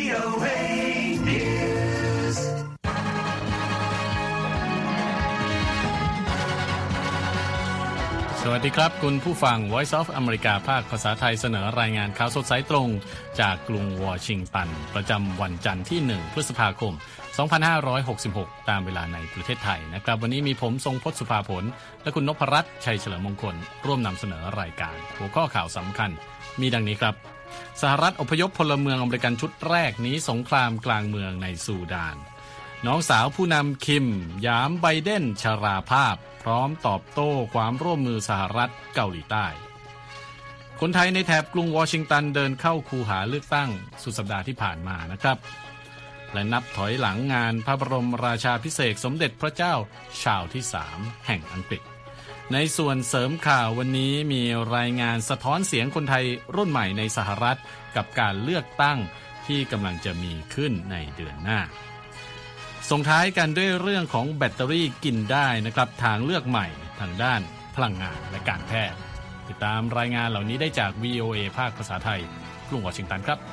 VOA News สวัสดีครับคุณผู้ฟัง Voice of America ภาคภาษาไทยเสนอรายงานข่าวสดสายตรงจากกรุงวอชิงตันประจำวันจันทร์ที่1พฤษภาคม2566ตามเวลาในประเทศไทยนะครับวันนี้มีผมทรงพจน์สุภาผลและคุณนพรัตน์ชัยเฉลิมมงคลร่วมนำเสนอรายการหัวข้อข่าวสำคัญมีดังนี้ครับสหรัฐอพยพพลเมืองอเมริกันชุดแรกหนีสงครามกลางเมืองในซูดานน้องสาวผู้นำคิมหยามไบเดนชราภาพพร้อมตอบโต้ความร่วมมือสหรัฐเกาหลีใต้คนไทยในแถบกรุงวอชิงตันเดินเข้าคูหาเลือกตั้งสุดสัปดาห์ที่ผ่านมานะครับและนับถอยหลังงานพระบรมราชาภิเษกสมเด็จพระเจ้าชาร์ลส์ที่3แห่งอังกฤษในส่วนเสริมข่าววันนี้มีรายงานสะท้อนเสียงคนไทยรุ่นใหม่ในสหรัฐกับการเลือกตั้งที่กำลังจะมีขึ้นในเดือนหน้าส่งท้ายกันด้วยเรื่องของแบตเตอรี่กินได้นะครับทางเลือกใหม่ทางด้านพลังงานและการแพทย์ติดตามรายงานเหล่านี้ได้จาก VOA ภาคภาษาไทยกรุงวอชิงตันครับ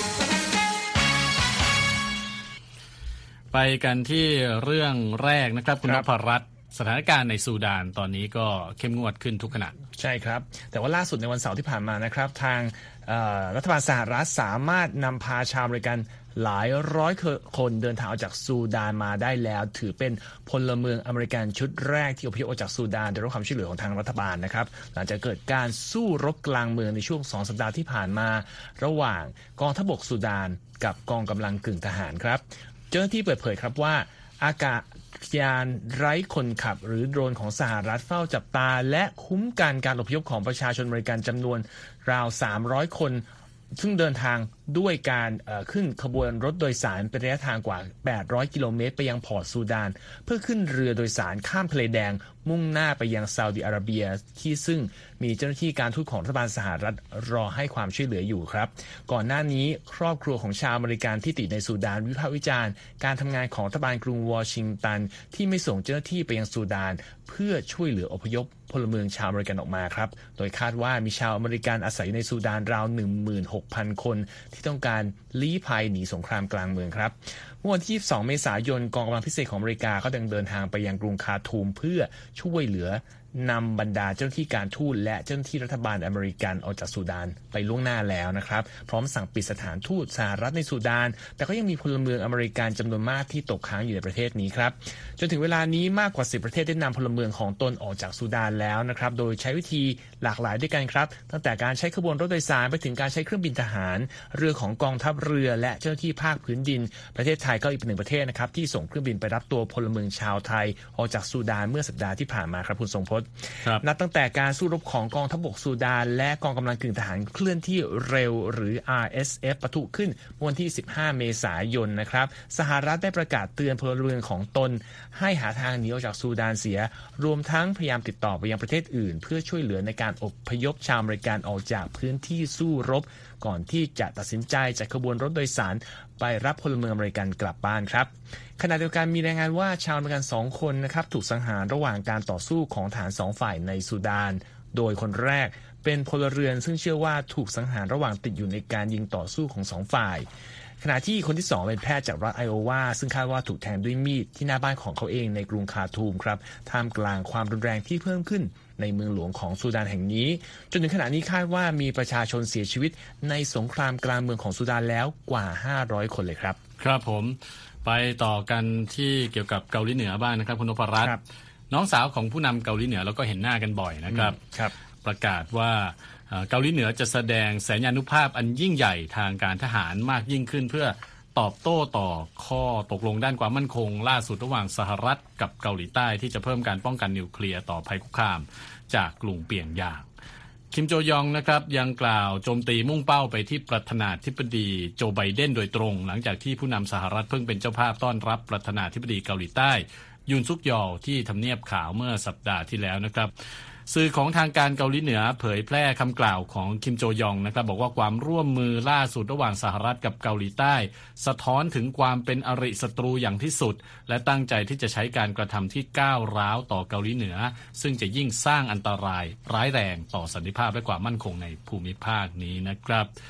ไปกันที่เรื่องแรกนะครับคุณนพรัตน์สถานการณ์ในซูดานตอนนี้ก็เข้มงวดขึ้นทุกขณะใช่ครับแต่ว่าล่าสุดในวันเสาร์ที่ผ่านมานะครับทางรัฐบาลสหรัฐสามารถนำพาชาวอเมริกันหลายร้อยคนเดินทางออกจากซูดานมาได้แล้วถือเป็นพลเมืองอเมริกันชุดแรกที่อพยพออกจากซูดานโดยรับความช่วยเหลือของทางรัฐบาลนะครับหลังจากเกิดการสู้รบกลางเมืองในช่วง2 สัปดาห์ที่ผ่านมาระหว่างกองทัพบกซูดานกับกองกำลังกึ่งทหารครับเจ้าหน้าที่เปิดเผยครับว่าอากาศยานไร้คนขับหรือโดรนของสหรัฐเฝ้าจับตาและคุ้มกันการอพยพของประชาชนอเมริกันจำนวนราว300 คนซึ่งเดินทางด้วยการขึ้นขบวนรถโดยสารเป็นระยะทางกว่า800 กิโลเมตรไปยังพอร์ตซูดานเพื่อขึ้นเรือโดยสารข้ามทะเลแดงมุ่งหน้าไปยังซาอุดิอาระเบียที่ซึ่งมีเจ้าหน้าที่การทูตของรัฐบาลสหรัฐรอให้ความช่วยเหลืออยู่ครับก่อนหน้านี้ครอบครัวของชาวอเมริกันที่ติดในซูดานวิพากษ์วิจารณ์การทำงานของรัฐบาลกรุงวอชิงตันที่ไม่ส่งเจ้าหน้าที่ไปยังซูดานเพื่อช่วยเหลืออพยพพลเมืองชาวอเมริกันออกมาครับโดยคาดว่ามีชาวอเมริกันอาศัยในซูดานราว 16,000 คนที่ต้องการลี้ภัยหนีสงครามกลางเมืองครับเมื่อวันที่22 เมษายนกองกำลังพิเศษของอเมริกาก็เดินทางไปยังกรุงคาร์ทูมเพื่อช่วยเหลือนำบรรดาเจ้าหน้าที่การทูตและเจ้าหน้าที่รัฐบาลอเมริกันออกจากซูดานไปล่วงหน้าแล้วนะครับพร้อมสั่งปิดสถานทูตสหรัฐในซูดานแต่ก็ยังมีพลเมืองอเมริกันจำนวนมากที่ตกค้างอยู่ในประเทศนี้ครับจนถึงเวลานี้มากกว่า10 ประเทศได้นำพลเมืองของตนออกจากซูดานแล้วนะครับโดยใช้วิธีหลากหลายด้วยกันครับตั้งแต่การใช้ขบวนรถโดยสารไปถึงการใช้เครื่องบินทหารเรือของกองทัพเรือและเจ้าหน้าที่ภาคพื้นดินประเทศไทยก็อีกเป็นหนึ่งประเทศนะครับที่ส่งเครื่องบินไปรับตัวพลเมืองชาวไทยออกจากซูดานเมื่อสัปดาห์ที่ผ่านมาครับคุณทรงพจน์นับตั้งแต่การสู้รบของกองทัพบกซูดานและกองกำลังกึ่งทหารเคลื่อนที่เร็วหรือ RSF ปะทุขึ้นวันที่15 เมษายนนะครับสหรัฐได้ประกาศเตือนพลเรือนของตนให้หาทางหนีออกจากซูดานเสียรวมทั้งพยายามติดต่อไปยังประเทศอื่นเพื่อช่วยเหลือในการอพยพชาวอเมริกันออกจากพื้นที่สู้รบก่อนที่จะตัดสินใจจัดขบวนรถโดยสารไปรับพลเมืองอเมริกันกลับบ้านครับขณะเดียวกันมีรายงานว่าชาวอเมริกัน2 คนนะครับถูกสังหารระหว่างการต่อสู้ของทหาร2 ฝ่ายในซูดานโดยคนแรกเป็นพลเรือนซึ่งเชื่อว่าถูกสังหารระหว่างติดอยู่ในการยิงต่อสู้ของ2 ฝ่ายขณะที่คนที่2เป็นแพทย์จากรัฐไอโอวาซึ่งคาดว่าถูกแทงด้วยมีดที่หน้าบ้านของเขาเองในกรุงคาร์ทูมครับท่ามกลางความรุนแรงที่เพิ่มขึ้นในเมืองหลวงของซูดานแห่งนี้จนถึงขณะนี้คาดว่ามีประชาชนเสียชีวิตในสงครามกลางเมืองของซูดานแล้วกว่า500 คนเลยครับครับผมไปต่อกันที่เกี่ยวกับเกาหลีเหนือบ้างนะครับคุณนพรัตน์น้องสาวของผู้นำเกาหลีเหนือแล้วก็เห็นหน้ากันบ่อยนะครับประกาศว่าเกาหลีเหนือจะแสดงสัญญานุภาพอันยิ่งใหญ่ทางการทหารมากยิ่งขึ้นเพื่อตอบโต้ต่อข้อตกลงด้านความมั่นคงล่าสุดระหว่างสหรัฐกับเกาหลีใต้ที่จะเพิ่มการป้องกันนิวเคลียร์ต่อภัยคุกคามจากกรุงเปียงยางคิมโจยองนะครับยังกล่าวโจมตีมุ่งเป้าไปที่ประธานาธิบดีโจไบเดนโดยตรงหลังจากที่ผู้นำสหรัฐเพิ่งเป็นเจ้าภาพต้อนรับประธานาธิบดีเกาหลีใต้ยุนซุกยอลที่ทำเนียบขาวเมื่อสัปดาห์ที่แล้วนะครับสื่อของทางการเกาหลีเหนือเผยแพร่คำกล่าวของคิมโจยองนะครับบอกว่าความร่วมมือล่าสุดระหว่างสหรัฐกับเกาหลีใต้สะท้อนถึงความเป็นอริศัตรูอย่างที่สุดและตั้งใจที่จะใช้การกระทำที่ก้าวร้าวต่อเกาหลีเหนือซึ่งจะยิ่งสร้างอันตรายร้ายแรงต่อสันติภาพและความมั่นคงในภูมิภาคนี้นะครับ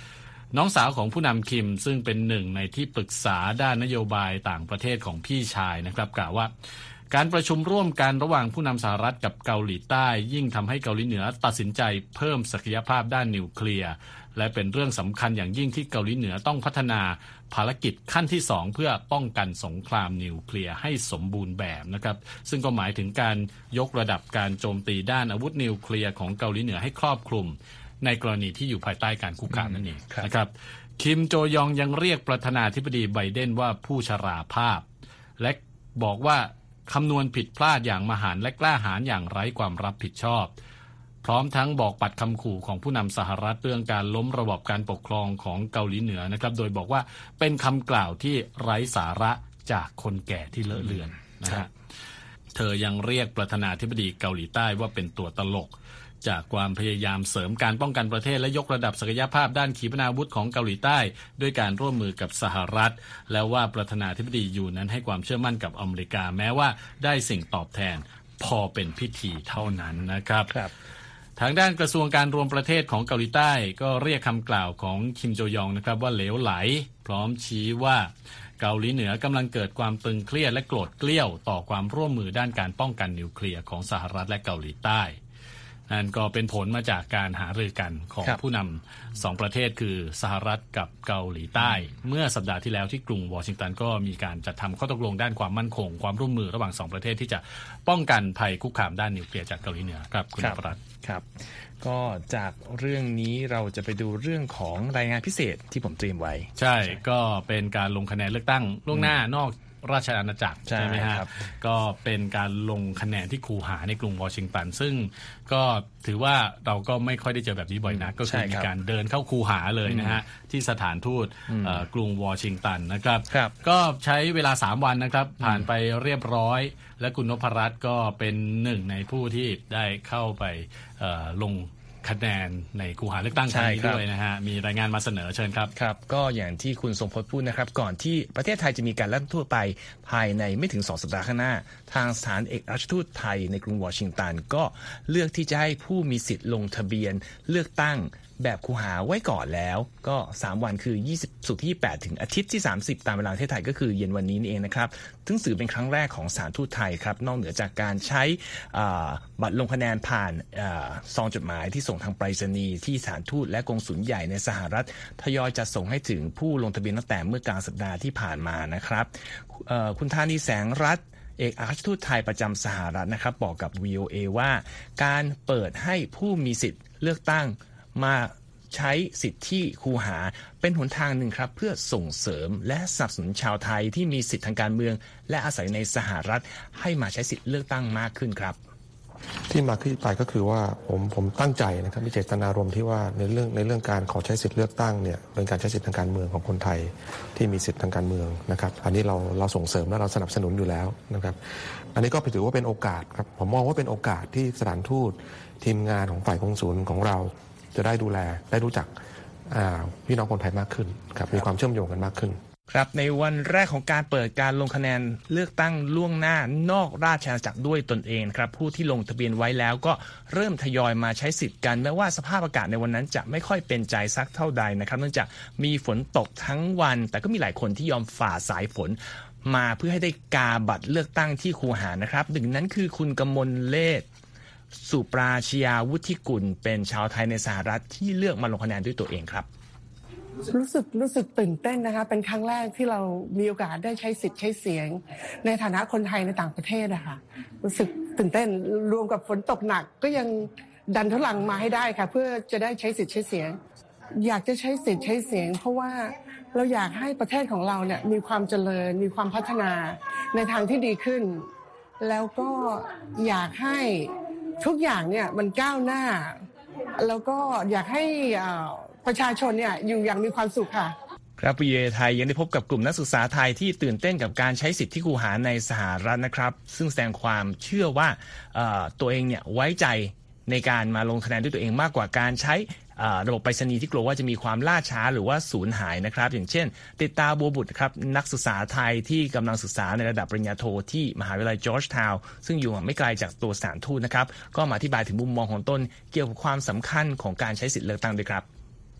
น้องสาวของผู้นำคิมซึ่งเป็นหนึ่งในที่ปรึกษาด้านนโยบายต่างประเทศของพี่ชายนะครับกล่าวว่าการประชุมร่วมกันระหว่างผู้นำสหรัฐกับเกาหลีใต้ยิ่งทำให้เกาหลีเหนือตัดสินใจเพิ่มศักยภาพด้านนิวเคลียร์และเป็นเรื่องสำคัญอย่างยิ่งที่เกาหลีเหนือต้องพัฒนาภารกิจขั้นที่2เพื่อป้องกันสงครามนิวเคลียร์ให้สมบูรณ์แบบนะครับซึ่งก็หมายถึงการยกระดับการโจมตีด้านอาวุธนิวเคลียร์ของเกาหลีเหนือให้ครอบคลุมในกรณีที่อยู่ภายใต้การคุกคามนั่นเองนะครับคิมโจยองยังเรียกประธานาธิบดีไบเดนว่าผู้ชราภาพและบอกว่าคำนวณผิดพลาดอย่างมหันต์และกล้าหาญอย่างไร้ความรับผิดชอบพร้อมทั้งบอกปัดคำขู่ของผู้นำสหรัฐเรื่องการล้มระบอบการปกครองของเกาหลีเหนือนะครับโดยบอกว่าเป็นคำกล่าวที่ไร้สาระจากคนแก่ที่เลอะเลือนนะฮะเธอยังเรียกประธานาธิบดีเกาหลีใต้ว่าเป็นตัวตลกจากความพยายามเสริมการป้องกันประเทศและยกระดับศักยภาพด้านขีปนาวุธของเกาหลีใต้ด้วยการร่วมมือกับสหรัฐแล้วว่าประธานาธิบดีอยู่นั้นให้ความเชื่อมั่นกับอเมริกาแม้ว่าได้สิ่งตอบแทนพอเป็นพิธีเท่านั้นนะครับทางด้านกระทรวงการรวมประเทศของเกาหลีใต้ก็เรียกคำกล่าวของคิมโจยองนะครับว่าเหลวไหลพร้อมชี้ว่าเกาหลีเหนือกำลังเกิดความตึงเครียดและโกรธเกลี้ยวต่อความร่วมมือด้านการป้องกันนิวเคลียร์ของสหรัฐและเกาหลีใต้นั่นก็เป็นผลมาจากการหารือกันของผู้นำ2ประเทศคือสหรัฐกับเกาหลีใต้เมื่อสัปดาห์ที่แล้วที่กรุงวอชิงตันก็มีการจัดทำข้อตกลงด้านความมั่นคงความร่วมมือระหว่าง2ประเทศที่จะป้องกันภัยคุกคามด้านนิวเคลียร์จากเกาหลีเหนือครับคุณประรัตน์ครับก็จากเรื่องนี้เราจะไปดูเรื่องของรายงานพิเศษที่ผมเตรียมไว้ใช่ก็เป็นการลงคะแนนเลือกตั้งล่วงหน้านอกราชอาณาจักรใช่ไหมฮะก็เป็นการลงคะแนนที่คูหาในกรุงวอชิงตันซึ่งก็ถือว่าเราก็ไม่ค่อยได้เจอแบบนี้บ่อยนักก็คือมีการเดินเข้าคูหาเลยนะฮะที่สถานทูตกรุงวอชิงตันนะครับก็ใช้เวลา3วันนะครับผ่านไปเรียบร้อยและคุณนพรัตน์ก็เป็นหนึ่งในผู้ที่ได้เข้าไปลงคะแนนในคูหาเลือกตั้งครั้งนี้ด้วยนะฮะมีรายงานมาเสนอเชิญครับครับก็อย่างที่คุณทรงพจน์พูดนะครับก่อนที่ประเทศไทยจะมีการเลือกตั้งทั่วไปภายในไม่ถึง2 สัปดาห์ข้างหน้าทางสถานเอกอัครราชทูตไทยในกรุงวอชิงตันก็เลือกที่จะให้ผู้มีสิทธิ์ลงทะเบียนเลือกตั้งแบบคูหาไว้ก่อนแล้วก็3วันคือ20ศุกร์ที่28ถึงอาทิตย์ที่30ตามเวลาประเทศไทยก็คือเย็นวันนี้นี่เองนะครับซึ่งถือเป็นครั้งแรกของสถานทูตไทยครับนอกเหนือจากการใช้บัตรลงคะแนนผ่านซองจดหมายที่ส่งทางไปรษณีย์ที่สถานทูตและกงสุลใหญ่ในสหรัฐทยอยจัดส่งให้ถึงผู้ลงทะเบียนตั้งแต่เมื่อกลางสัปดาห์ที่ผ่านมานะครับคุณธานีแสงรัตน์เอกอัครราชทูตไทยประจำสหรัฐนะครับบอกกับ VOA ว่าการเปิดให้ผู้มีสิทธิ์เลือกตั้งมาใช้สิทธิที่คูหาเป็นหนทางหนึ่งครับเพื่อส่งเสริมและสนับสนุนชาวไทยที่มีสิทธิทางการเมืองและอาศัยในสหรัฐให้มาใช้สิทธิเลือกตั้งมากขึ้นครับที่มาที่ไปก็คือว่าผมตั้งใจนะครับมีเจตนารมณ์ที่ว่าในเรื่องการขอใช้สิทธิเลือกตั้งเนี่ยเป็นการใช้สิทธิทางการเมืองของคนไทยที่มีสิทธิทางการเมืองนะครับอันนี้เราส่งเสริมและเราสนับสนุนอยู่แล้วนะครับอันนี้ก็ถือว่าเป็นโอกาสครับผมมองว่าเป็นโอกาสที่สถานทูตทีมงานของฝ่ายกงสุลของเราจะได้ดูแลได้รู้จักพี่น้องคนไทยมากขึ้นครับมีความเชื่อมโยงกันมากขึ้นครับในวันแรกของการเปิดการลงคะแนนเลือกตั้งล่วงหน้านอกราชอาณาจักรด้วยตนเองครับผู้ที่ลงทะเบียนไว้แล้วก็เริ่มทยอยมาใช้สิทธิ์กันแม้ว่าสภาพอากาศในวันนั้นจะไม่ค่อยเป็นใจสักเท่าใดนะครับเนื่องจากมีฝนตกทั้งวันแต่ก็มีหลายคนที่ยอมฝ่าสายฝนมาเพื่อให้ได้กาบัตรเลือกตั้งที่คูหานะครับหนึ่งนั้นคือคุณกมลเลศสุปราชยาวุฒิกุลเป็นชาวไทยในสหรัฐที่เลือกมาลงคะแนนด้วยตัวเองครับรู้สึกตื่นเต้นนะคะเป็นครั้งแรกที่เรามีโอกาสได้ใช้สิทธิ์ใช้เสียงในฐานะคนไทยในต่างประเทศนะคะรู้สึกตื่นเต้นรวมกับฝนตกหนักก็ยังดันทุลังมาให้ได้ค่ะเพื่อจะได้ใช้สิทธิ์ใช้เสียงอยากจะใช้สิทธิ์ใช้เสียงเพราะว่าเราอยากให้ประเทศของเราเนี่ยมีความเจริญมีความพัฒนาในทางที่ดีขึ้นแล้วก็อยากให้ทุกอย่างเนี่ยมันก้าวหน้าแล้วก็อยากให้ประชาชนเนี่ยอยู่อย่างมีความสุขค่ะครับวีเอไทยยังได้พบกับกลุ่มนักศึกษาไทยที่ตื่นเต้นกับการใช้สิทธิที่คูหาในสหรัฐนะครับซึ่งแสดงความเชื่อว่าตัวเองเนี่ยไว้ใจในการมาลงคะแนนด้วยตัวเองมากกว่าการใช้ระบบไปรษณีย์ที่กลัวว่าจะมีความล่าช้าหรือว่าสูญหายนะครับอย่างเช่นติดตาบัวบุตรครับนักศึกษาไทยที่กำลังศึกษาในระดับปริญญาโทที่มหาวิทยาลัยจอร์จทาวน์ซึ่งอยู่ไม่ไกลจากตัวสถานทูตนะครับก็มาอธิบายถึงมุมมองของตนเกี่ยวกับความสำคัญของการใช้สิทธิเลือกตั้งด้วยครับ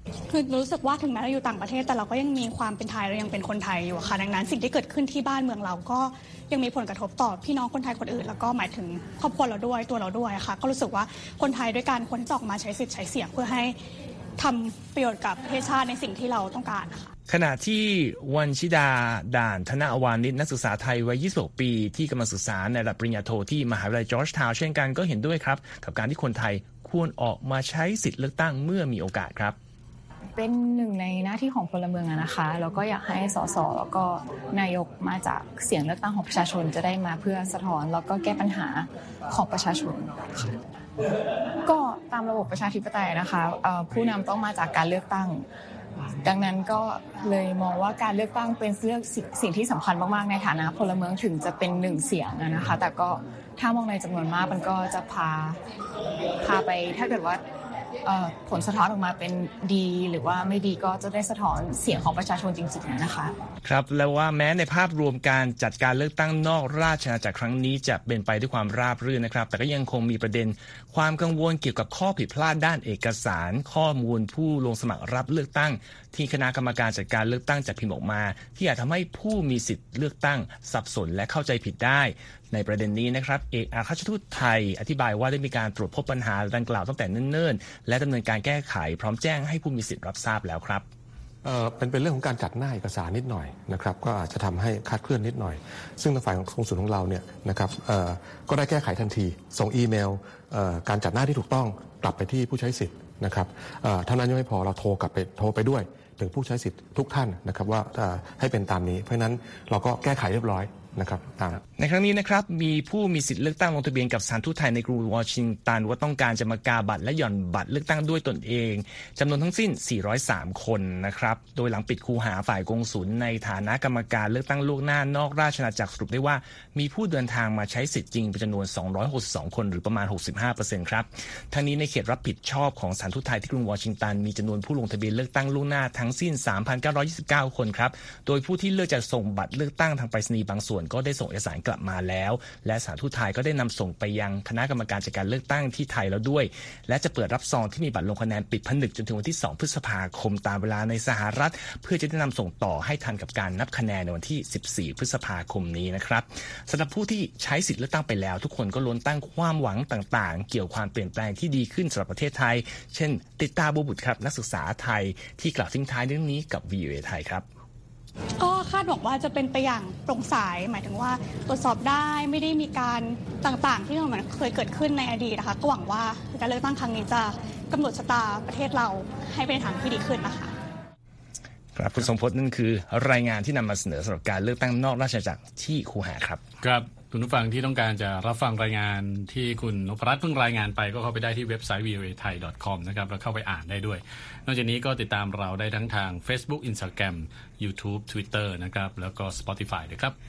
คือรู้สึกว่าถึงแม้เราอยู่ต่างประเทศแต่เราก็ยังมีความเป็นไทยเรายังเป็นคนไทยอยู่ค่ะดังนั้นสิ่งที่เกิดขึ้นที่บ้านเมืองเราก็ยังมีผลกระทบต่อพี่น้องคนไทยคนอื่นแล้วก็หมายถึงครอบครัวเราด้วยตัวเราด้วยค่ะก็รู้สึกว่าคนไทยด้วยการควรจะออกมาใช้สิทธิ์ใช้เสียงเพื่อให้ทำประโยชน์กับประเทศชาติในสิ่งที่เราต้องการค่ะขณะที่วันชิดาด่านธนวานิชนักศึกษาไทยวัย26 ปีที่กำลังศึกษาในระดับปริญญาโทที่มหาวิทยาลัยจอร์จทาวน์เช่นกันก็เห็นด้วยครับกับการที่คนไทยควรออกมาใช้สิทธิเลือกตั้งเมื่อมีโอกาสครับเป็นหนึ่งในหน้าที่ของพลเมืองนะคะแล้วก็อยากให้สสแล้วก็นายกมาจากเสียงเลือกตั้งของประชาชนจะได้มาเพื่อสะท้อนแล้วก็แก้ปัญหาของประชาชนก็ตามระบบประชาธิปไตยนะคะผู้นำต้องมาจากการเลือกตั้งดังนั้นก็เลยมองว่าการเลือกตั้งเป็นสิ่งที่สำคัญมากๆในฐานะพลเมืองถึงจะเป็นหนึ่งเสียงนะคะแต่ก็ถ้ามองในจำนวนมากมันก็จะพาไปถ้าเกิดว่าผลสะท้อนออกมาเป็นดีหรือว่าไม่ดีก็จะได้สะท้อนเสียงของประชาชนจริงๆนะคะครับแล้วว่าแม้ในภาพรวมการจัดการเลือกตั้งนอกราชอาณาจักรครั้งนี้จะเป็นไปด้วยความราบรื่นนะครับแต่ก็ยังคงมีประเด็นความกังวลเกี่ยวกับข้อผิดพลาดด้านเอกสารข้อมูลผู้ลงสมัครรับเลือกตั้งที่คณะกรรมการจัดการเลือกตั้งจัดพิมพ์ออกมาที่อาจทำให้ผู้มีสิทธิ์เลือกตั้งสับสนและเข้าใจผิดได้ในประเด็นนี้นะครับเอกอัครราชทูตไทยอธิบายว่าได้มีการตรวจพบปัญหาดังกล่าวตั้งแต่เนิ่นๆและดำเนินการแก้ไขพร้อมแจ้งให้ผู้มีสิทธิ์รับทราบแล้วครับเป็นเรื่องของการจัดหน้าเอกสารนิดหน่อยนะครับก็อาจจะทำให้คลาดเคลื่อนนิดหน่อยซึ่งทางฝ่ายของกองสุลของเราเนี่ยนะครับก็ได้แก้ไขทันทีส่งอีเมลการจัดหน้าที่ถูกต้องกลับไปที่ผู้ใช้สิทธิ์นะครับเท่านั้นยังไม่พอเราโทรไปด้วยถึงผู้ใช้สิทธิ์ทุกท่านนะครับว่าให้เป็นตามนี้เพราะฉะนั้นเราก็แก้ไขเรียบร้อยนะครับในครั้งนี้นะครับมีผู้มีสิทธิ์เลือกตั้งลงทะเบียนกับสถานทูตไทยในกรุงวอชิงตันว่าต้องการจะมากาบัตรและหย่อนบัตรเลือกตั้งด้วยตนเองจำนวนทั้งสิ้น403คนนะครับโดยหลังปิดคูหาฝ่ายกงสุลในฐานะกรรมการเลือกตั้งล่วงหน้านอกราชอาณาจักรสรุปได้ว่ามีผู้เดินทางมาใช้สิทธิ์จริงเป็นจำนวน262คนหรือประมาณ 65% ครับทั้งนี้ในเขตรับผิดชอบของสถานทูตไทยที่กรุงวอชิงตันมีจำนวนผู้ลงทะเบียนเลือกตั้งล่วงหน้าทั้งสิ้น 3,929 คนครับโดยผู้ที่เลือกจะส่งบัตรเลือกตั้งทางไปรษณีย์บางส่วนก็ได้ส่งเอกสารกลับมาแล้วและสถานทูตไทยก็ได้นำส่งไปยังคณะกรรมการจัดการเลือกตั้งที่ไทยแล้วด้วยและจะเปิดรับซองที่มีบัตรลงคะแนนปิดผนึกจนถึงวันที่2 พฤษภาคมตามเวลาในสหรัฐเพื่อจะได้นำส่งต่อให้ทันกับการนับคะแนนในวันที่14 พฤษภาคมนี้นะครับสำหรับผู้ที่ใช้สิทธิ์เลือกตั้งไปแล้วทุกคนก็ล้วนตั้งความหวังต่างๆเกี่ยวความเปลี่ยนแปลงที่ดีขึ้นสำหรับประเทศไทยเช่นติดตาบัวบุตรครับนักศึกษาไทยที่กล่าวทิ้งท้ายเรื่องนี้กับ VOA ไทยครับก็คาดหวังว่าจะเป็นไปอย่างโปร่งใสหมายถึงว่าตรวจสอบได้ไม่ได้มีการต่างๆที่มันเคยเกิดขึ้นในอดีตนะคะก็หวังว่าการเลือกตั้งครั้งนี้จะกำหนดชะตาประเทศเราให้เป็นทางที่ดีขึ้นนะคะครับคุณสมพจน์นั่นคือรายงานที่นำมาเสนอสำหรับการเลือกตั้งนอกราชอาณาจักรที่คูหาครับครับคุณผู้ฟังที่ต้องการจะรับฟังรายงานที่คุณนพรัตน์เพิ่งรายงานไปก็เข้าไปได้ที่เว็บไซต์ voathai.com นะครับแล้วเข้าไปอ่านได้ด้วยนอกจากนี้ก็ติดตามเราได้ทั้งทาง Facebook Instagram YouTube Twitter นะครับแล้วก็ Spotify ด้วยครับ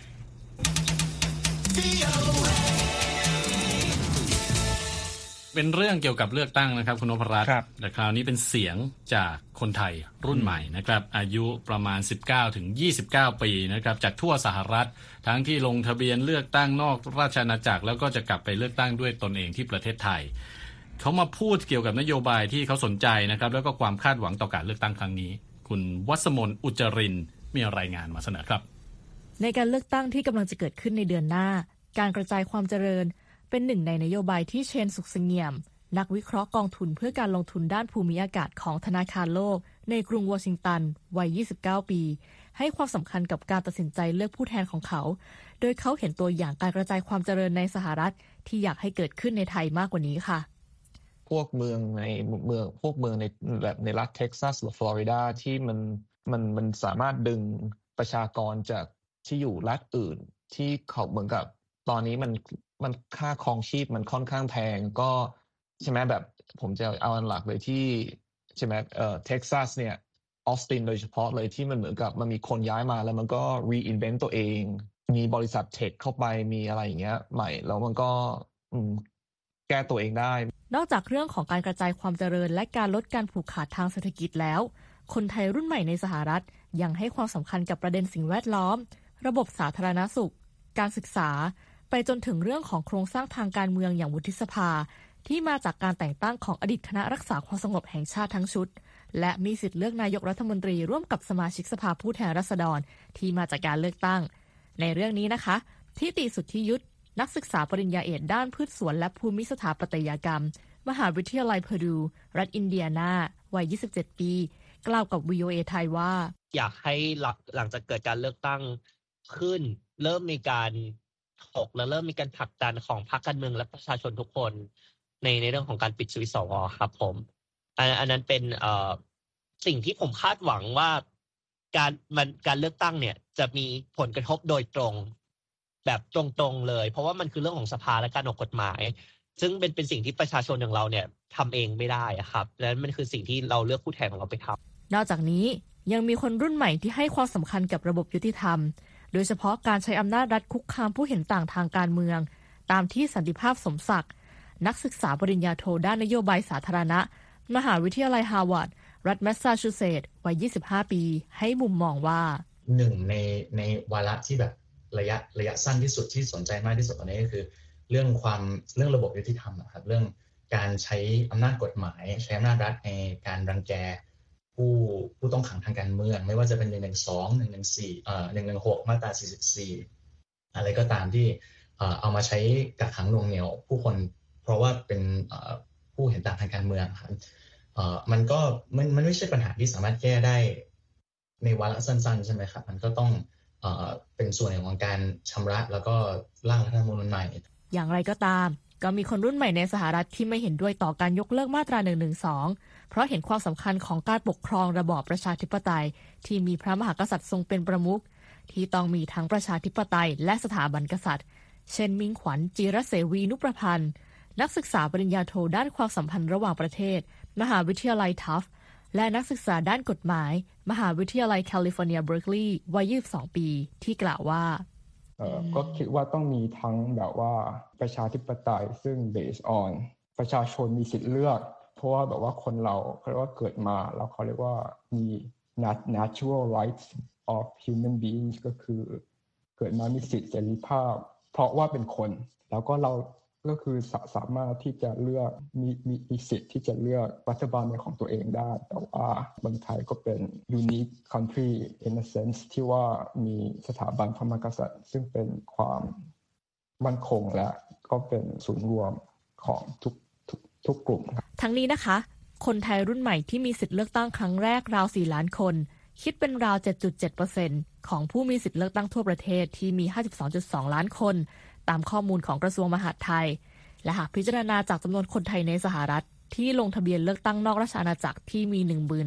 เป็นเรื่องเกี่ยวกับเลือกตั้งนะครับคุณนพรัตน์แต่คราวนี้เป็นเสียงจากคนไทยรุ่นใหม่นะครับอายุประมาณ 19-29 ปีนะครับจากทั่วสหรัฐทั้งที่ลงทะเบียนเลือกตั้งนอกราชอาณาจักรแล้วก็จะกลับไปเลือกตั้งด้วยตนเองที่ประเทศไทยเขามาพูดเกี่ยวกับนโยบายที่เขาสนใจนะครับแล้วก็ความคาดหวังต่อการเลือกตั้งครั้งนี้คุณวัสมนอุจจรินมีรายงานมาเสนอครับในการเลือกตั้งที่กำลังจะเกิดขึ้นในเดือนหน้าการกระจายความเจริญเป็นหนึ่งในนโยบายที่เชนสุขเสงี่ยมนักวิเคราะห์กองทุนเพื่อการลงทุนด้านภูมิอากาศของธนาคารโลกในกรุงวอชิงตันวัย 29 ปีให้ความสำคัญกับการตัดสินใจเลือกผู้แทนของเขาโดยเขาเห็นตัวอย่างการกระจายความเจริญในสหรัฐที่อยากให้เกิดขึ้นในไทยมากกว่านี้ค่ะพวกเมืองในแบบในรัฐเท็กซัสหรือฟลอริดาที่มันสามารถดึงประชากรจากที่อยู่รัฐอื่นที่เขาเหมือนกับตอนนี้มันค่าครองชีพมันค่อนข้างแพงก็ใช่ไหมแบบผมจะเอาอันหลักเลยที่ใช่ไหมเท็กซัสเนี่ยออสตินโดยเฉพาะเลยที่มันเหมือนกับมันมีคนย้ายมาแล้วมันก็ reinvent ตัวเองมีบริษัทเทคเข้าไปมีอะไรอย่างเงี้ยใหม่แล้วมันก็แก้ตัวเองได้นอกจากเรื่องของการกระจายความเจริญและการลดการผูกขาดทางเศรษฐกิจแล้วคนไทยรุ่นใหม่ในสหรัฐยังให้ความสำคัญกับประเด็นสิ่งแวดล้อมระบบสาธารณสุขการศึกษาไปจนถึงเรื่องของโครงสร้างทางการเมืองอย่างวุฒิสภาที่มาจากการแต่งตั้งของอดีตคณะรักษาความสงบแห่งชาติทั้งชุดและมีสิทธิเลือกนายกรัฐมนตรีร่วมกับสมาชิกสภาผู้แทนราษฎรที่มาจากการเลือกตั้งในเรื่องนี้นะคะทิติสุทธิยุทธนักศึกษาปริญญาเอกด้านพืชสวนและภูมิสถาปัตยกรรมมหาวิทยาลัยเพอร์ดูรัฐอินเดียนาวัย 27 ปีกล่าวกับ VOA ไทยว่าอยากให้หลังจากเกิดการเลือกตั้งขึ้นเริ่มมีการถกและเริ่มมีการผลักดันของพรรคการเมืองและประชาชนทุกคนในเรื่องของการปิดสวิตช์สวครับผมอันนั้นเป็นสิ่งที่ผมคาดหวังว่าการเลือกตั้งเนี่ยจะมีผลกระทบโดยตรงแบบตรงๆเลยเพราะว่ามันคือเรื่องของสภาและการออกกฎหมายซึ่งเป็นสิ่งที่ประชาชนอย่างเราเนี่ยทำเองไม่ได้ครับและมันคือสิ่งที่เราเลือกผู้แทนของเราไปทำนอกจากนี้ยังมีคนรุ่นใหม่ที่ให้ความสำคัญกับระบบยุติธรรมโดยเฉพาะการใช้อำนาจรัฐคุกคามผู้เห็นต่างทางการเมืองตามที่สันติภาพสมศักดิ์นักศึกษาปริญญาโทด้านนโยบายสาธารณะมหาวิทยาลัยฮาร์วาร์ดรัฐแมสซาชูเซตส์วัย 25 ปีให้มุมมองว่าหนึ่งในวาระที่แบบระยะสั้นที่สุดที่สนใจมากที่สุดตอนนี้ก็คือเรื่องระบบยุติธรรมนะครับเรื่องการใช้อำนาจกฎหมายใช้อำนาจรัฐในการรังแกผู้ต้องขังทางการเมืองไม่ว่าจะเป็น112 114 116มาตรา44อะไรก็ตามที่เอามาใช้กักขังหน่วงเหนี่ยวผู้คนเพราะว่าเป็นผู้เห็นต่างทางการเมืองครับมันก็มันไม่ใช่ปัญหาที่สามารถแก้ได้ในวาระสั้นๆใช่ไหมครับมันก็ต้องเป็นส่วนของการชำระแล้วก็ร่างรัฐธรรมนูญใหม่อย่างไรก็ตามก็มีคนรุ่นใหม่ในสหรัฐที่ไม่เห็นด้วยต่อการยกเลิกมาตรา 112 เพราะเห็นความสำคัญของการปกครองระบอบประชาธิปไตยที่มีพระมหากษัตริย์ทรงเป็นประมุขที่ต้องมีทั้งประชาธิปไตยและสถาบันกษัตริย์เช่นมิ่งขวัญจิรเสวีนุประพันธ์นักศึกษาปริญญาโทด้านความสัมพันธ์ระหว่างประเทศมหาวิทยาลัยทัฟต์และนักศึกษาด้านกฎหมายมหาวิทยาลัยแคลิฟอร์เนียเบิร์กลีย์วัย 22 ปีที่กล่าวว่าก็คิดว่าต้องมีทั้งแบบว่าประชาธิปไตยซึ่ง based on ประชาชนมีสิทธิ์เลือกเพราะว่าแบบว่าคนเราเขาเรียกว่าเกิดมาแล้วเขาเรียกว่ามี natural rights of human beings ก็คือเกิดมามีสิทธิเสรีภาพเพราะว่าเป็นคนแล้วก็เราก็คือสามารถที่จะเลือกมีสิทธิ์ที่จะเลือกรัฐบาลของตัวเองได้แต่ว่าเมืองไทยก็เป็น unique country in a sense ที่ว่ามีสถาบันพระมหากษัตริย์ซึ่งเป็นความมั่นคงและก็เป็นศูนย์รวมของทุกกลุ่มทั้งนี้นะคะคนไทยรุ่นใหม่ที่มีสิทธิ์เลือกตั้งครั้งแรกราว 4 ล้านคนคิดเป็นราว 7.7% ของผู้มีสิทธิ์เลือกตั้งทั่วประเทศที่มี 52.2 ล้านคนตามข้อมูลของกระทรวงมหาดไทยและหากพิจารณาจากจำนวนคนไทยในสหรัฐที่ลงทะเบียนเลือกตั้งนอกราชอาณาจักรที่มี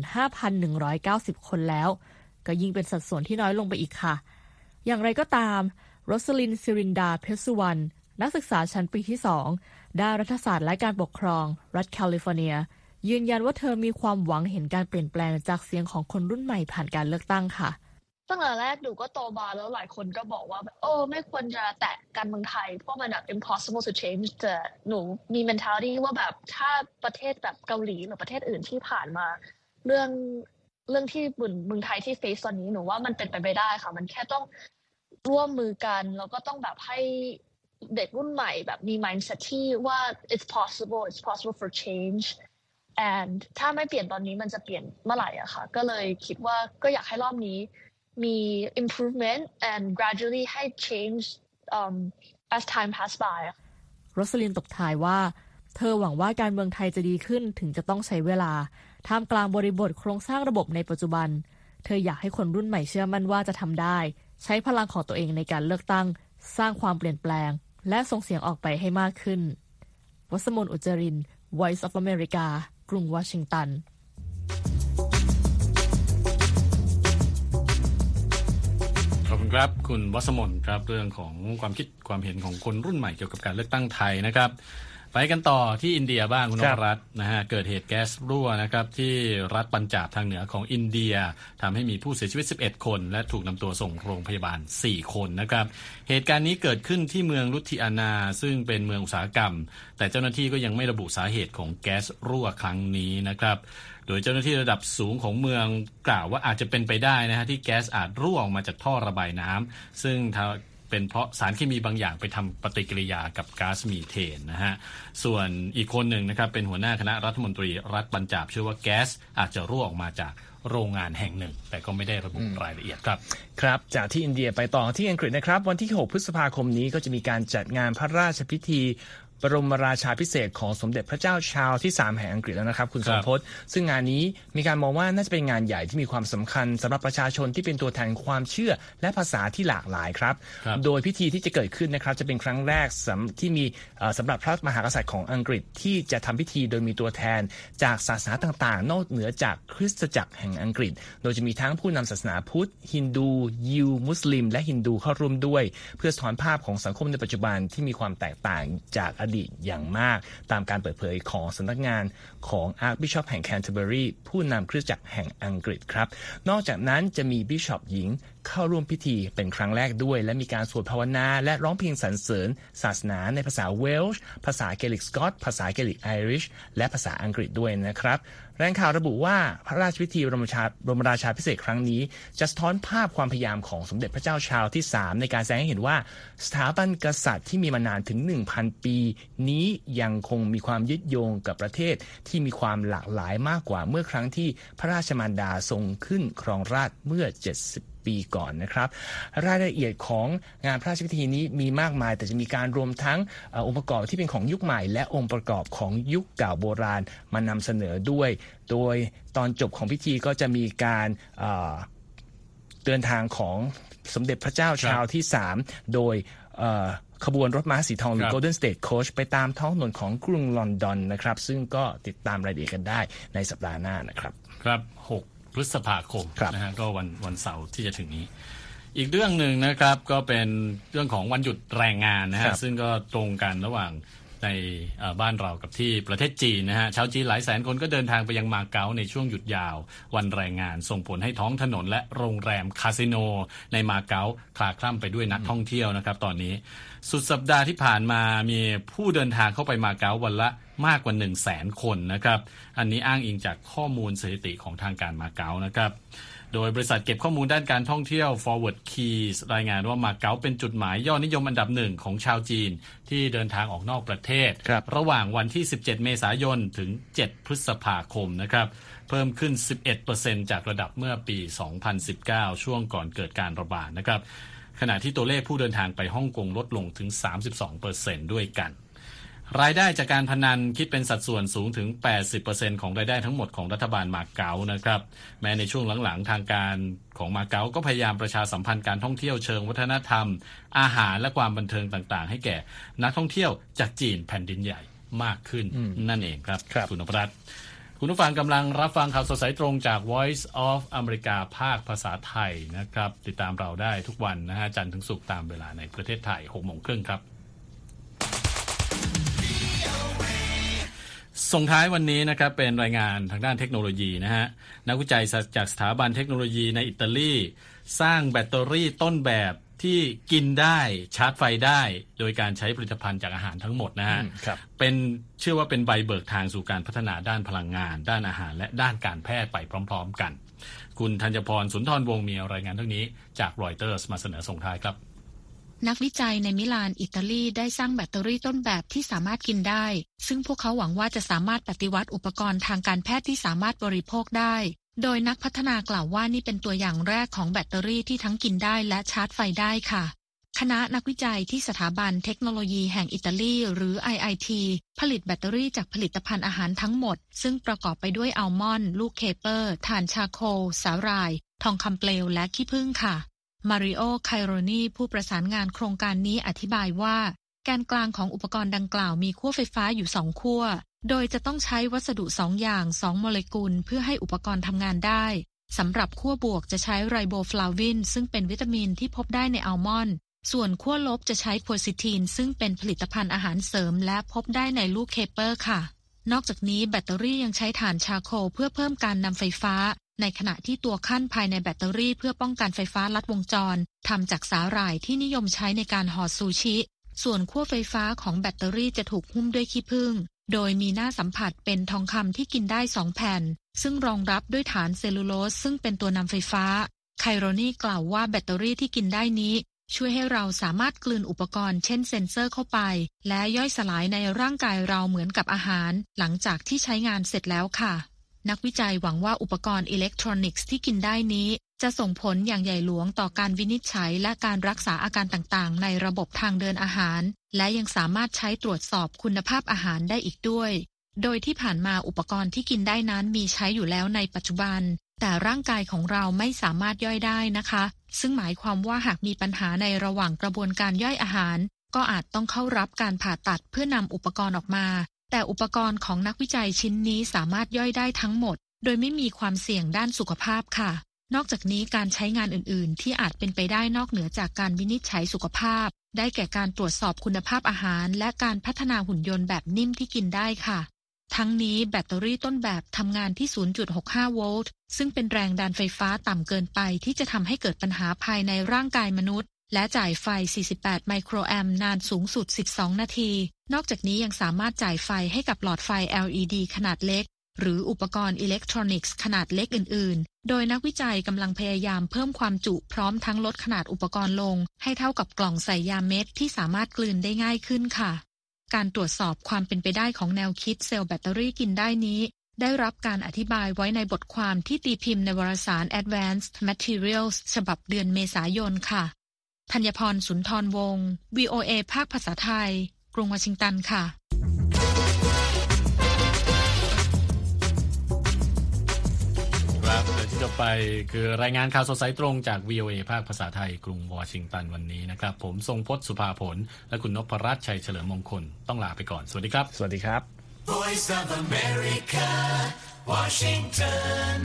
15,190 คนแล้วก็ยิ่งเป็นสัดส่วนที่น้อยลงไปอีกค่ะอย่างไรก็ตามโรสลิน ซิรินดา เพชรสุวรรณนักศึกษาชั้นปีที่ 2 ด้านรัฐศาสตร์และการปกครองรัฐแคลิฟอร์เนียยืนยันว่าเธอมีความหวังเห็นการเปลี่ยนแปลงจากเสียงของคนรุ่นใหม่ผ่านการเลือกตั้งค่ะตั้งแต่แรกหนูก็โตมาแล้วหลายคนก็บอกว่าไม่ควรจะแตะการเมืองไทยเพราะมันแบบ impossible to change แต่หนูมี mentality ว่าแบบถ้าประเทศแบบเกาหลีหรือประเทศอื่นที่ผ่านมาเรื่องที่เมืองไทยที่ face ตอนนี้หนูว่ามันเป็นไปไม่ได้ค่ะมันแค่ต้องร่วมมือกันแล้วก็ต้องแบบให้เด็กรุ่นใหม่แบบมี mindset ที่ว่า it's possible for change and ถ้าไม่เปลี่ยนตอนนี้มันจะเปลี่ยนเมื่อไหร่อะค่ะก็เลยคิดว่าก็อยากให้รอบนี้มี improvement and gradually ให้ change as time pass by โรสลินตบท้ายว่าเธอหวังว่าการเมืองไทยจะดีขึ้นถึงจะต้องใช้เวลาท่ามกลางบริบทโครงสร้างระบบในปัจจุบันเธออยากให้คนรุ่นใหม่เชื่อมั่นว่าจะทำได้ใช้พลังของตัวเองในการเลือกตั้งสร้างความเปลี่ยนแปลงและส่งเสียงออกไปให้มากขึ้นวสมน อุจจริน Voice of America กรุงวอชิงตันขอบคุณครับคุณวสมนครับเรื่องของความคิดความเห็นของคนรุ่นใหม่เกี่ยวกับการเลือกตั้งไทยนะครับไปกันต่อที่อินเดียบ้างคุณนพรัตน์นะฮะเกิดเหตุแก๊สรั่วนะครับที่รัฐปัญจาบทางเหนือของอินเดียทำให้มีผู้เสียชีวิต11คนและถูกนำตัวส่งโรงพยาบาล4คนนะครับเหตุการณ์นี้เกิดขึ้นที่เมืองลุธิอานาซึ่งเป็นเมืองอุตสาหกรรมแต่เจ้าหน้าที่ก็ยังไม่ระบุสาเหตุของแก๊สรั่วครั้งนี้นะครับโดยเจ้าหน้าที่ระดับสูงของเมืองกล่าวว่าอาจจะเป็นไปได้นะฮะที่แก๊สอาจรั่วออกมาจากท่อระบายน้ำซึ่งเป็นเพราะสารเคมีบางอย่างไปทำปฏิกิริยากับก๊าซมีเทนนะฮะส่วนอีกคนหนึ่งนะครับเป็นหัวหน้าคณะรัฐมนตรีรัฐปัญจาบเชื่อว่าแก๊สอาจจะรั่วออกมาจากโรงงานแห่งหนึ่งแต่ก็ไม่ได้ระบุรายละเอียดครับครับจากที่อินเดียไปต่อที่อังกฤษนะครับวันที่6พฤษภาคมนี้ก็จะมีการจัดงานพระราชพิธีบรมราชาภิเษกของสมเด็จพระเจ้าชาร์ลส์ที่3แห่งอังกฤษแล้วนะครับคุณสมพศซึ่งงานนี้มีการมองว่าน่าจะเป็นงานใหญ่ที่มีความสำคัญสำหรับประชาชนที่เป็นตัวแทนความเชื่อและภาษาที่หลากหลายครับโดยพิธีที่จะเกิดขึ้นนะครับจะเป็นครั้งแรกที่มีสำหรับพระมหากษัตริย์ของอังกฤษที่จะทำพิธีโดยมีตัวแทนจากศาสนาต่างๆนอกเหนือจากคริสตจักรแห่งอังกฤษโดยจะมีทั้งผู้นำศาสนาพุทธฮินดูยิวมุสลิมและฮินดูเข้าร่วมด้วยเพื่อสะท้อนภาพของสังคมในปัจจุบันที่มีความแตกต่างจากอดีตอย่างมากตามการเปิดเผยของสำนักงานของอาร์คบิชอปแห่งแคนเทอร์เบอรีผู้นำคริสตจักรแห่งอังกฤษครับนอกจากนั้นจะมีบิชอปหญิงเข้าร่วมพิธีเป็นครั้งแรกด้วยและมีการสวดภาวนาและร้องเพลงสรรเสริญศาสนาในภาษาเวลช์ภาษาเกลิกสกอตภาษาเกลิกไอริชและภาษาอังกฤษด้วยนะครับแรงข่าวระบุว่าพระราชพิธีบรมราชาภิเษกครั้งนี้จะสะท้อนภาพความพยายามของสมเด็จพระเจ้าชาร์ลส์ที่3ในการแสดงให้เห็นว่าสถาบันกษัตริย์ที่มีมานานถึง 1,000 ปีนี้ยังคงมีความยึดโยงกับประเทศที่มีความหลากหลายมากกว่าเมื่อครั้งที่พระราชมารดาทรงขึ้นครองราชย์เมื่อ70 ปีก่อนนะครับรายละเอียดของงานพระราชพิธีนี้มีมากมายแต่จะมีการรวมทั้งองค์ประกอบที่เป็นของยุคใหม่และองค์ประกอบของยุคเก่าโบราณมานำเสนอด้วยโดยตอนจบของพิธีก็จะมีการเดินทางของสมเด็จพระเจ้าชาร์ลส์ที่3โดยขบวนรถม้าสีทองหรือ Golden State Coach ไปตามท้องถนนของกรุงลอนดอนนะครับซึ่งก็ติดตามรายละเอียดกันได้ในสัปดาห์หน้านะครับครับ6 พฤษภาคมนะฮะก็วันเสาร์ที่จะถึงนี้อีกเรื่องหนึ่งนะครับก็เป็นเรื่องของวันหยุดแรงงานนะฮะซึ่งก็ตรงกันระหว่างในบ้านเรากับที่ประเทศจีนนะฮะชาวจีนหลายแสนคนก็เดินทางไปยังมาเก๊าในช่วงหยุดยาววันแรงงานส่งผลให้ท้องถนนและโรงแรมคาสิโนในมาเก๊าคลาคล่ำไปด้วยนักท่องเที่ยวนะครับตอนนี้สุดสัปดาห์ที่ผ่านมามีผู้เดินทางเข้าไปมาเก๊าวันละมากกว่า 100,000 คนนะครับอันนี้อ้างอิงจากข้อมูลสถิติของทางการมาเก๊านะครับโดยบริษัทเก็บข้อมูลด้านการท่องเที่ยว Forward Keys รายงานว่ามาเก๊าเป็นจุดหมายยอดนิยมอันดับ1ของชาวจีนที่เดินทางออกนอกประเทศ ระหว่างวันที่17 เมษายนถึง7 พฤษภาคมนะครับเพิ่มขึ้น 11% จากระดับเมื่อปี 2019 ช่วงก่อนเกิดการระบาดนะครับขณะที่ตัวเลขผู้เดินทางไปฮ่องกงลดลงถึง 32% ด้วยกันรายได้จากการพนันคิดเป็นสัดส่วนสูงถึง 80% ของรายได้ทั้งหมดของรัฐบาลมาเก๊านะครับแม้ในช่วงหลังๆทางการของมาเก๊าก็พยายามประชาสัมพันธ์การท่องเที่ยวเชิงวัฒนธรรมอาหารและความบันเทิงต่างๆให้แก่นักท่องเที่ยวจากจีนแผ่นดินใหญ่มากขึ้นนั่นเองครับคุณนพรัตน์คุณผู้ฟังกำลังรับฟังข่าวสดสายตรงจาก Voice of America ภาคภาษาไทยนะครับติดตามเราได้ทุกวันนะฮะจันทร์ถึงศุกร์ตามเวลาในประเทศไทย 18:30 น.ครับส่งท้ายวันนี้นะครับเป็นรายงานทางด้านเทคโนโลยีนะฮะนักวิจัยจากสถาบันเทคโนโลยีในอิตาลีสร้างแบตเตอรี่ต้นแบบที่กินได้ชาร์จไฟได้โดยการใช้ผลิตภัณฑ์จากอาหารทั้งหมดนะฮะเป็นเชื่อว่าเป็นใบเบิกทางสู่การพัฒนาด้านพลังงานด้านอาหารและด้านการแพทย์ไปพร้อมๆกันคุณธัญพรสุนทรวงศ์มีรายงานเรื่องนี้จากรอยเตอร์สมาเสนอส่งท้ายครับนักวิจัยในมิลานอิตาลีได้สร้างแบตเตอรี่ต้นแบบที่สามารถกินได้ซึ่งพวกเขาหวังว่าจะสามารถปฏิวัติอุปกรณ์ทางการแพทย์ที่สามารถบริโภคได้โดยนักพัฒนากล่าวว่านี่เป็นตัวอย่างแรกของแบตเตอรี่ที่ทั้งกินได้และชาร์จไฟได้ค่ะคณะนักวิจัยที่สถาบันเทคโนโลยีแห่งอิตาลีหรือ IIT ผลิตแบตเตอรี่จากผลิตภัณฑ์อาหารทั้งหมดซึ่งประกอบไปด้วยอัลมอนด์ลูกเคเปอร์ถ่านชาโคลสาหร่ายทองคำเปลวและขี้ผึ้งค่ะมาริโอ ไคโรนีผู้ประสานงานโครงการนี้อธิบายว่าแกนกลางของอุปกรณ์ดังกล่าวมีขั้วไฟฟ้าอยู่2ขั้วโดยจะต้องใช้วัสดุ2อย่าง2โมเลกุลเพื่อให้อุปกรณ์ทำงานได้สำหรับขั้วบวกจะใช้ไรโบฟลาวินซึ่งเป็นวิตามินที่พบได้ในอัลมอนด์ส่วนขั้วลบจะใช้โคซิทีนซึ่งเป็นผลิตภัณฑ์อาหารเสริมและพบได้ในลูกเคเปอร์ค่ะนอกจากนี้แบตเตอรี่ยังใช้ถ่านชาโคลเพื่อเพิ่มการนำไฟฟ้าในขณะที่ตัวขั้นภายในแบตเตอรี่เพื่อป้องกันไฟฟ้าลัดวงจรทำจากสาหร่ายที่นิยมใช้ในการห่อซูชิส่วนขั้วไฟฟ้าของแบตเตอรี่จะถูกหุ้มด้วยขี้ผึ้งโดยมีหน้าสัมผัสเป็นทองคำที่กินได้2แผ่นซึ่งรองรับด้วยฐานเซลลูโลสซึ่งเป็นตัวนำไฟฟ้าไคโรนีกล่าวว่าแบตเตอรี่ที่กินได้นี้ช่วยให้เราสามารถกลืนอุปกรณ์เช่นเซ็นเซอร์เข้าไปและย่อยสลายในร่างกายเราเหมือนกับอาหารหลังจากที่ใช้งานเสร็จแล้วค่ะนักวิจัยหวังว่าอุปกรณ์อิเล็กทรอนิกส์ที่กินได้นี้จะส่งผลอย่างใหญ่หลวงต่อการวินิจฉัยและการรักษาอาการต่างๆในระบบทางเดินอาหารและยังสามารถใช้ตรวจสอบคุณภาพอาหารได้อีกด้วยโดยที่ผ่านมาอุปกรณ์ที่กินได้นั้นมีใช้อยู่แล้วในปัจจุบันแต่ร่างกายของเราไม่สามารถย่อยได้นะคะซึ่งหมายความว่าหากมีปัญหาในระหว่างกระบวนการย่อยอาหารก็อาจต้องเข้ารับการผ่าตัดเพื่อนำอุปกรณ์ออกมาแต่อุปกรณ์ของนักวิจัยชิ้นนี้สามารถย่อยได้ทั้งหมดโดยไม่มีความเสี่ยงด้านสุขภาพค่ะนอกจากนี้การใช้งานอื่นๆที่อาจเป็นไปได้นอกเหนือจากการวินิจฉัยสุขภาพได้แก่การตรวจสอบคุณภาพอาหารและการพัฒนาหุ่นยนต์แบบนิ่มที่กินได้ค่ะทั้งนี้แบตเตอรี่ต้นแบบทำงานที่ 0.65 โวลต์ซึ่งเป็นแรงดันไฟฟ้าต่ำเกินไปที่จะทำให้เกิดปัญหาภายในร่างกายมนุษย์และจ่ายไฟ 48 ไมโครแอมป์นานสูงสุด 12 นาทีนอกจากนี้ยังสามารถจ่ายไฟให้กับหลอดไฟ LED ขนาดเล็กหรืออุปกรณ์อิเล็กทรอนิกส์ขนาดเล็กอื่นๆโดยนักวิจัยกำลังพยายามเพิ่มความจุพร้อมทั้งลดขนาดอุปกรณ์ลงให้เท่ากับกล่องใส่ยาเม็ดที่สามารถกลืนได้ง่ายขึ้นค่ะการตรวจสอบความเป็นไปได้ของแนวคิดเซลล์แบตเตอรี่กินได้นี้ได้รับการอธิบายไว้ในบทความที่ตีพิมพ์ในวารสาร Advanced Materials ฉบับเดือนเมษายนค่ะธัญพร สุนทรวงศ์ VOA ภาคภาษาไทยกรุงวอชิงตันค่ะครับเดี๋ยวที่จะไปคือรายงานข่าวสดสายตรงจาก VOA ภาคภาษาไทยกรุงวอชิงตันวันนี้นะครับผมทรงพจน์สุภาผลและคุณนพรัตน์ชัยเฉลิมมงคลต้องลาไปก่อนสวัสดีครับสวัสดีครับ Voice of America Washington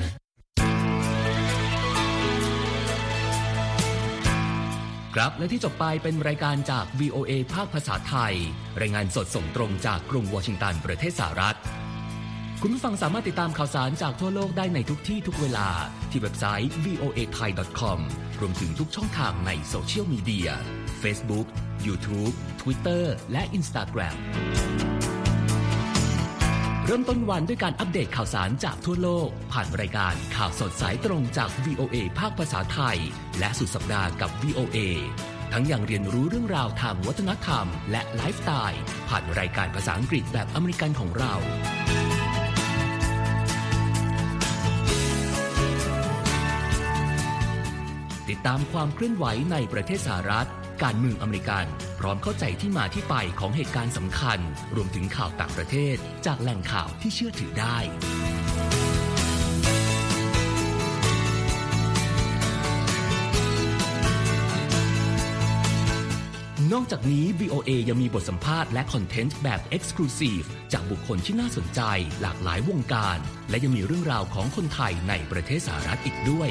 ครับและที่จบไปเป็นรายการจาก VOA ภาคภาษาไทยรายงานสดส่งตรงจากกรุงวอชิงตันประเทศสหรัฐคุณผู้ฟังสามารถติดตามข่าวสารจากทั่วโลกได้ในทุกที่ทุกเวลาที่เว็บไซต์ voathai.com รวมถึงทุกช่องทางในโซเชียลมีเดีย Facebook, YouTube, Twitter และ Instagram เริ่มต้นวันด้วยการอัปเดตข่าวสารจากทั่วโลกผ่านรายการข่าวสดสายตรงจาก VOA ภาคภาษาไทยและสุดสัปดาห์กับ VOA ทั้งยังเรียนรู้เรื่องราวทางวัฒนธรรมและไลฟ์สไตล์ผ่านรายการภาษาอังกฤษแบบอเมริกันของเราติดตามความเคลื่อนไหวในประเทศสหรัฐการเมืองอเมริกันพร้อมเข้าใจที่มาที่ไปของเหตุการณ์สำคัญรวมถึงข่าวต่างประเทศจากแหล่งข่าวที่เชื่อถือได้นอกจากนี้ VOA ยังมีบทสัมภาษณ์และคอนเทนต์แบบ Exclusive จากบุคคลที่น่าสนใจหลากหลายวงการและยังมีเรื่องราวของคนไทยในประเทศสหรัฐอีกด้วย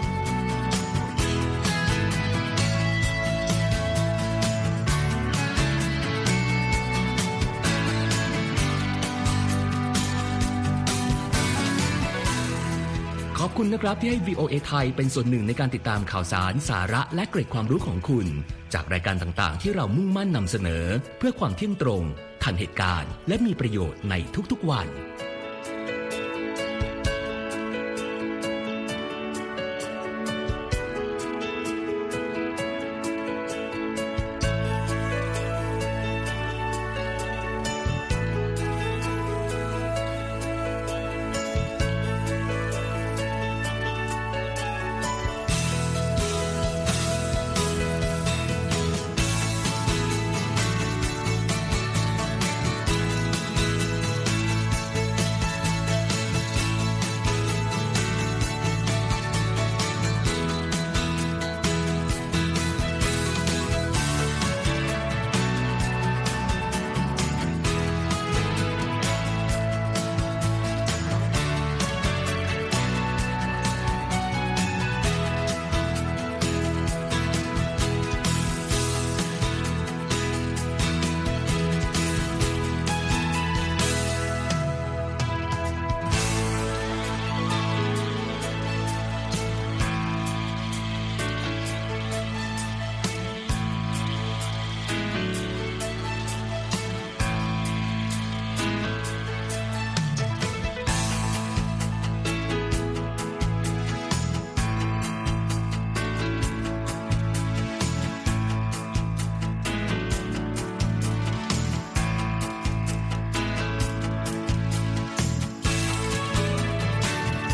ขอบคุณนะครับที่ให้ VOA ไทยเป็นส่วนหนึ่งในการติดตามข่าวสารสาระและเกร็ดความรู้ของคุณจากรายการต่างๆที่เรามุ่งมั่นนำเสนอเพื่อความเที่ยงตรงทันเหตุการณ์และมีประโยชน์ในทุกๆวัน